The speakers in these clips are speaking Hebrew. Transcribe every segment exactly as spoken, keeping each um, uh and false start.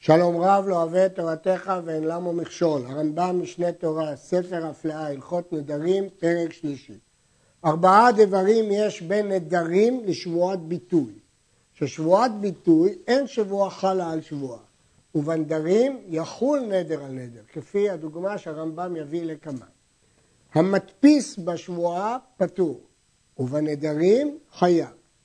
שלום רב לא אוהב את תורתך ואין למו מכשול. הרמב"ם משנה תורה, ספר הפלאה, הלכות נדרים, פרק שלישי. ארבעה דברים יש בין נדרים לשבועת ביטוי. ששבועת ביטוי אין שבועה חלה על שבועה. ובנדרים יחול נדר על נדר, כפי הדוגמה שהרמב"ם יביא לכמה. המדפיס בשבועה פטור, ובנדרים חייב.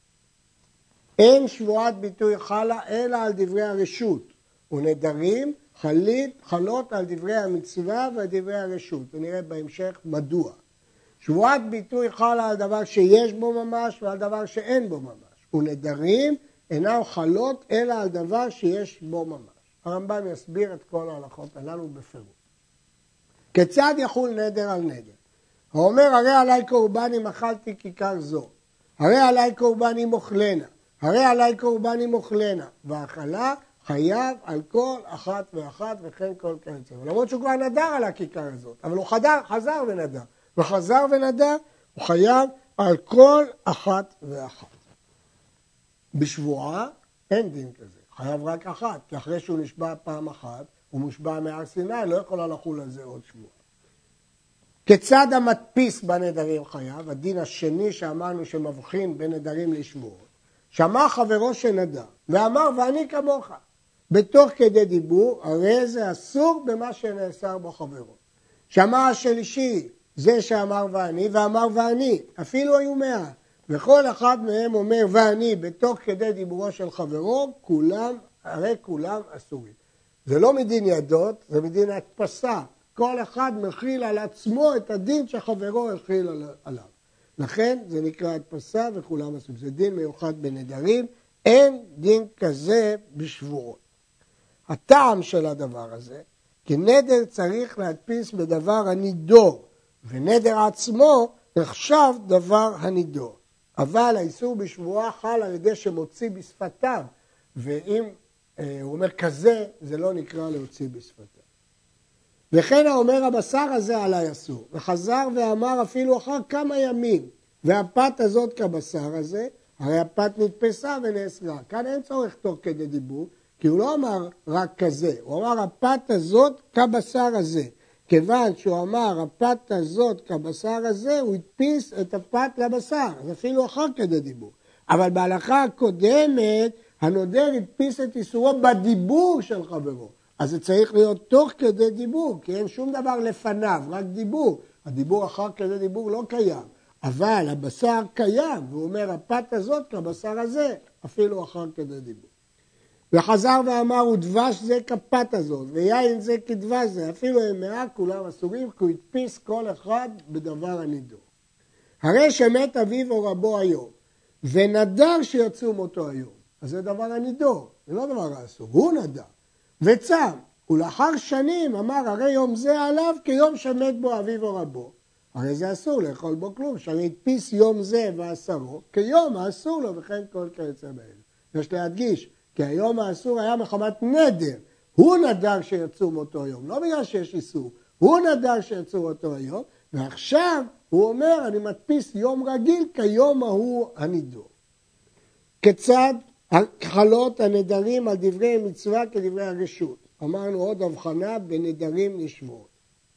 אין שבועת ביטוי חלה אלא על דברי הרשות, ונדרים חלית, חלות על דברי המצווה ועל דברי הרשות. ונראה בהמשך מדוע. שבועת ביטוי חלה על דבר שיש בו ממש ועל דבר שאין בו ממש. ונדרים אינם חלות אלא על דבר שיש בו ממש. הרמב"ם יסביר את כל ההלכות הללו בפירוט. כיצד יחול נדר על נדר? האומר הרי עלי קורבנים אכלתי כיכר זו, הרי עלי קורבנים אוכלנה, הרי עלי קורבנים אוכלנה, והאכלה חייב על כל אחת ואחת וכן כל כיוצא. למרות שהוא כבר נדר על הכיכר הזאת, אבל הוא חדר, חזר ונדר, וחזר ונדר, הוא חייב על כל אחת ואחת. בשבועה אין דין כזה, חייב רק אחת, כי אחרי שהוא נשבע פעם אחת, הוא מושבע מהר סיני, לא יכולה לחול על זה עוד שבועה. כיצד המדפיס בנדרים חייב? הדין השני שאמרנו שמבחין בין נדרים לשבועות. שמע חברו שנדר, ואמר ואני כמוך. בתוך כדי דיבור, הרי זה אסור במה שנאסר בו חברו. שמע השלישי, זה שאמר ואני, ואמר ואני, אפילו היו מאה. וכל אחד מהם אומר ואני, בתוך כדי דיבורו של חברו, כולם, הרי כולם אסורים. זה לא מדין ידות, זה מדין הדפסה. כל אחד מכיל על עצמו את הדין שחברו הכיל עליו. לכן זה נקרא הדפסה וכולם אסורים. זה דין מיוחד בנדרים, אין דין כזה בשבועות. הטעם של הדבר הזה, כי נדר צריך להדפיס בדבר הנידור, ונדר עצמו נחשב דבר הנידור. אבל האיסור בשבועה חל על ידי שמוציא בשפתיו, ואם אה, הוא אומר כזה, זה לא נקרא להוציא בשפתיו. וכן האומר הבשר הזה עלי אסור, וחזר ואמר אפילו אחר כמה ימים, והפת הזאת כבשר הזה, הרי הפת נתפסה ונאסרה. כאן אין צורך תוך כדי דיבור, כי הוא לא אמר רק כזה, הוא אמר הפת הזאת כבשר הזה. כיוון שהוא אמר הפת הזאת כבשר הזה, הוא הדפיס את הפת לבשר, אז אפילו אחר כדי דיבור. אבל בהלכה הקודמת, הנודר הדפיס את איסורו בדיבור של חברו. אז זה צריך להיות תוך כדי דיבור, כי אין שום דבר לפניו, רק דיבור. הדיבור אחר כדי דיבור לא קיים. אבל הבשר קיים, והוא אומר הפת הזאת כבשר הזה, אפילו אחר כדי דיבור. וחזר ואמר, ודבש זה כפת הזאת, ויין זה כדבש זה, אפילו הם מאה כולם אסורים, כי הוא הדפיס כל אחד בדבר הנידור. הרי שמת אביו או רבו היום, ונדר שיצאו מותו היום, אז זה דבר הנידור, זה לא דבר האסור, הוא נדר, וצם, ולאחר שנים אמר, הרי יום זה עליו כיום שמת בו אביו או רבו, הרי זה אסור לאכול בו כלום, שהרי הדפיס יום זה ועשרו, כיום האסור לו וכן כל כיוצא באלה. יש להדגיש, כי היום האסור היה מחמת נדר, הוא נדר שיצאו מאותו היום, לא בגלל שיש איסור, הוא נדר שיצאו מאותו היום, ועכשיו הוא אומר, אני מדפיס יום רגיל כיום ההוא הנידור. כיצד חלות הנדרים על דברי מצווה כדברי הרשות? אמרנו עוד הבחנה בנדרים לשבועות.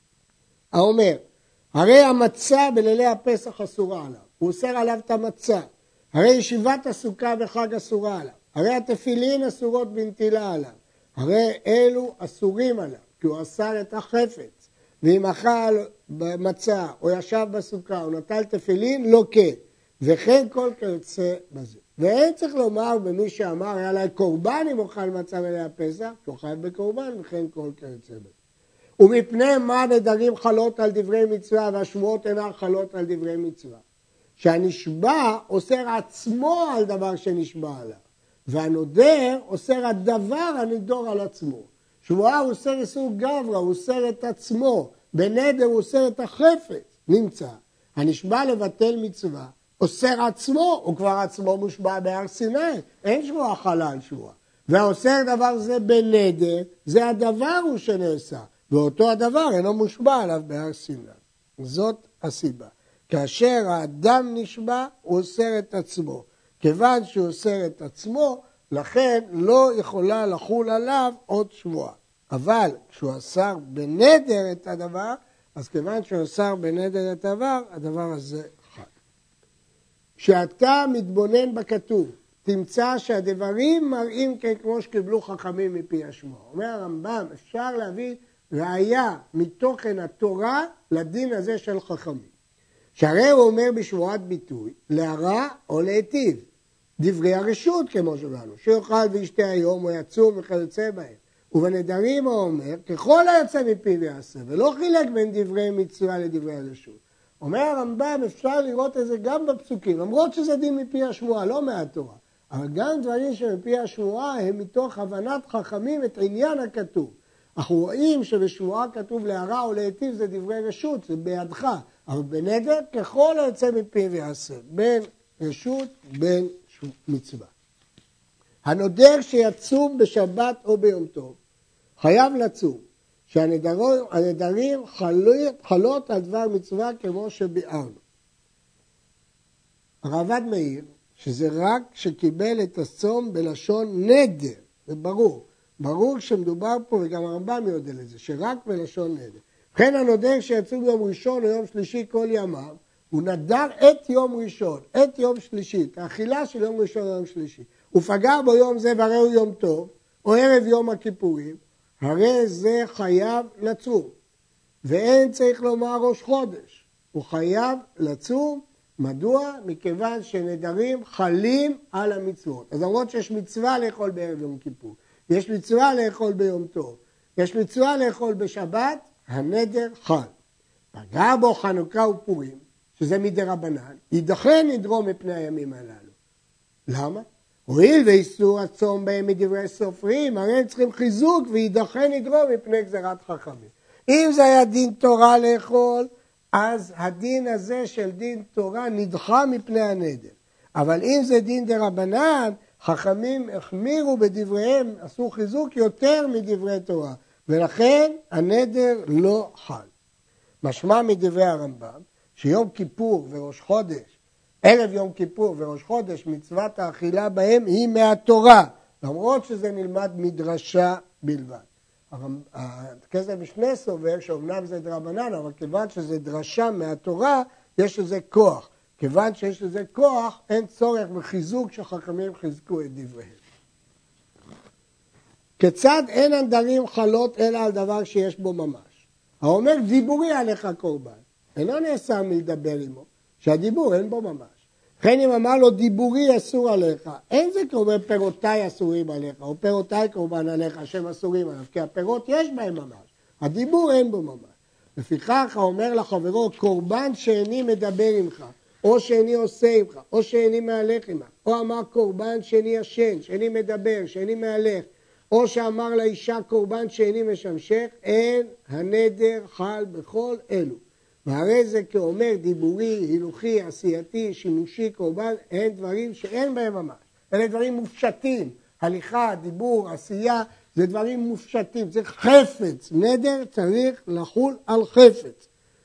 האומר, הרי המצה בלילי הפסח אסורה עליו, הוא אוסר עליו את המצה, הרי ישיבת הסוכה בחג אסורה עליו, הרי התפילין אסורות בנטילה עליו, הרי אלו אסורים עליו, כי הוא אסר את החפץ, ואם אכל במצה או ישב בסוכה או נטל תפילין, לא כן, וכן כל כיוצא בזה. ואין צריך לומר במי שאמר, היה לה קורבן אם אוכל מצה בלילי הפסח, שהוא חייב בקורבן וכן כל כיוצא בזה. ומפני מה נדרים חלות על דברי מצווה והשבועות אינן חלות על דברי מצווה? שהנשבע אוסר עצמו על דבר שנשבע עליו, והנודר אוסר הדבר הנידור על עצמו. שבועה הוא אוסר איסור גברא, הוא אוסר את עצמו, בנדר הוא אוסר את החפץ, נמצא. הנשבע לבטל מצווה, אוסר עצמו, הוא כבר עצמו מושבע בהר סיני, אין שבועה חלה על שבועה. והאוסר דבר זה בנדר, זה הדבר הוא שנעשה. ואותו הדבר אינו מושבע עליו בהר סיני. זאת הסיבה. כאשר האדם נשבע, הוא אוסר את עצמו. כיוון שהוא אוסר את עצמו, לכן לא יכולה לחול עליו עוד שבועה. אבל כשהוא אסר בנדר את הדבר, אז כיוון שהוא אסר בנדר את הדבר, הדבר הזה חל. כשאתה מתבונן בכתוב, תמצא שהדברים מראים כן כמו שקיבלו חכמים מפי השמועה. אומר הרמב"ם, אפשר להביא ראיה מתוכן התורה לדין הזה של חכמים. שהרי הוא אומר בשבועת ביטוי, להרע או להיטיב. דברי הרשות כמו שלנו, שיאכל וישתה היום או יצום וכיוצא בהם. ובנדרים הוא אומר, ככל היוצא מפיו יעשה, ולא חילק בין דברי מצווה לדברי הרשות. אומר הרמב"ם, אפשר לראות את זה גם בפסוקים, למרות שזה דין מפי השמועה, לא מהתורה. אבל גם דברים שמפי השמועה הם מתוך הבנת חכמים את עניין הכתוב. אנחנו רואים שבשמועה כתוב להרע או להיטיב זה דברי רשות, זה בידך. אבל בנדר ככל היוצא מפיו יעשה, בין רשות בין מצווה. הנודר שיצום בשבת או ביום טוב, חייב לצום, שהנדרים חלות, חלות על דבר מצווה כמו שביארנו. הרעב"ד מעיר שזה רק שקיבל את הצום בלשון נדר, זה ברור. ברור שמדובר פה, וגם הרמב"ם יודע לזה, שרק בלשון נדר. לכן הנודר שיצום יום ראשון או יום שלישי כל ימיו, הוא נדר את יום ראשון, את יום שלישי, את האכילה של יום ראשון או יום שלישי. הוא פגע בו יום זה והרי הוא יום טוב, או ערב יום הכיפורים, הרי זה חייב לצום. ואין צריך לומר ראש חודש, הוא חייב לצום. מדוע? מכיוון שנדרים חלים על המצוות. אז למרות שיש מצווה לאכול בערב יום כיפור, יש מצווה לאכול ביום טוב, יש מצווה לאכול בשבת, הנדר חל. פגע בו חנוכה ופורים, שזה מדרבנן, יידחה נדרו מפני הימים הללו. למה? הואיל ואיסור הצום בהם מדברי סופרים, הרי הם צריכים חיזוק ויידחה נדרו מפני גזירת חכמים. אם זה היה דין תורה לאכול, אז הדין הזה של דין תורה נדחה מפני הנדר. אבל אם זה דין דרבנן, חכמים החמירו בדבריהם, עשו חיזוק יותר מדברי תורה, ולכן הנדר לא חל. משמע מדברי הרמב"ם, שיום כיפור וראש חודש, ערב יום כיפור וראש חודש, מצוות האכילה בהם היא מהתורה, למרות שזה נלמד מדרשה בלבד. הכסף משנה סובר שאומנם זה דרבנן, אבל כיוון שזה דרשה מהתורה, יש לזה כוח. כיוון שיש לזה כוח, אין צורך בחיזוק שחכמים חיזקו את דבריהם. כיצד אין הנדרים חלות אלא על דבר שיש בו ממש? האומר דיבורי עליך קורבן, אינו נאסר מלדבר עמו, שהדיבור אין בו ממש. לכן אם אמר לו דיבורי אסור עליך, אין זה כאומר פירותיי אסורים עליך, או פירותיי קורבן עליך, שהם אסורים עליו, כי הפירות יש בהם ממש, הדיבור אין בו ממש. לפיכך האומר לחברו, קורבן שאיני מדבר עמך, או שאיני עושה עמך, או שאיני מהלך עמך, או אמר קורבן שאיני ישן, שאיני מדבר, שאיני מהלך, או שאמר לאישה קורבן שאיני משמשך, אין הנדר חל בכל אלו. והרי זה כאומר דיבורי, הילוכי, עשייתי, שימושי, קורבן, אין דברים שאין בהם ממש. אלה דברים מופשטים, הליכה, דיבור, עשייה, זה דברים מופשטים, זה חפץ, נדר צריך לחול על חפץ.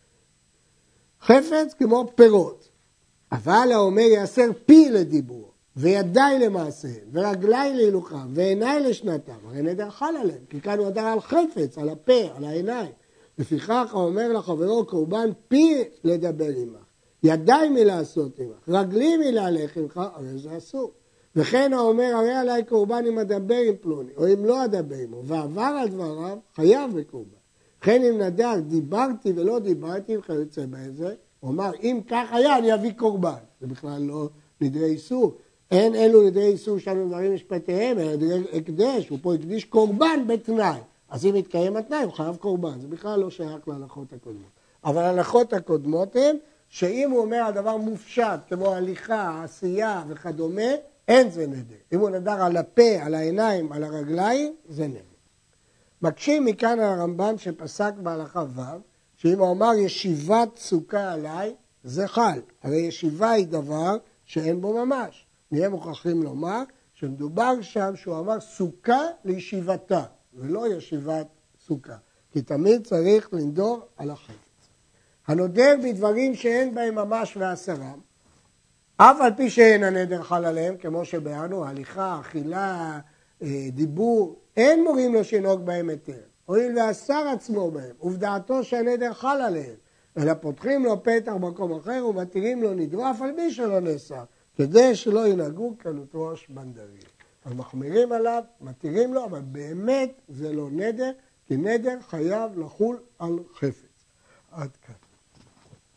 חפץ כמו פירות, אבל האומר יאסר פי לדיבור, וידיי למעשיהם, ורגליי להילוכם, ועיניי לשנתם, הרי נדר חל עליהם, כי כאן הוא נדר על חפץ, על הפה, על העיניים. לפיכך האומר לחברו קורבן פי לדבר עמך, ידיי מלעשות עמך, רגלי מלהלך עמך, הרי זה אסור. וכן האומר הרי עליי קורבן אם אדבר עם פלוני, או אם לא אדבר עמו, ועבר על דבריו חייב בקורבן. וכן אם נדר דיברתי ולא דיברתי, וכיוצא בזה, הוא אמר אם כך היה אני אביא קורבן, זה בכלל לא נדרי איסור. אין אלו נדרי איסור שלנו דברים משפטיהם, אלא נדרי הקדש, הוא פה הקדיש קורבן בתנאי. אז אם מתקיים התנאי, הוא חייב קורבן. זה בכלל לא שייך להלכות הקודמות. אבל ההלכות הקודמות הן שאם הוא אומר על דבר מופשט, כמו הליכה, עשייה וכדומה, אין זה נדר. אם הוא נדר על הפה, על העיניים, על הרגליים, זה נדר. מקשים מכאן על הרמב"ם שפסק בהלכה ו', שאם הוא אמר ישיבת סוכה עליי, זה חל. הרי ישיבה היא דבר שאין בו ממש. נהיה מוכרחים לומר שמדובר שם שהוא אמר סוכה לישיבתה. ולא ישיבת סוכה, כי תמיד צריך לנדור על החפץ. הנודר בדברים שאין בהם ממש ועשרם, אף על פי שאין הנדר חל עליהם, כמו שבאנו, הליכה, אכילה, דיבור, אין מורים לו שנהוג בהם היתר. הואיל ואסר עצמו בהם, ובדעתו שהנדר חל עליהם, אלא פותחים לו פתח במקום אחר ומתירים לו נדרו, אף על פי שלא נאסר, כדי שלא ינהגו קלות ראש בנדרים. אז מחמירים עליו, מתירים לו, אבל באמת זה לא נדר, כי נדר חייב לחול על חפץ. עד כאן.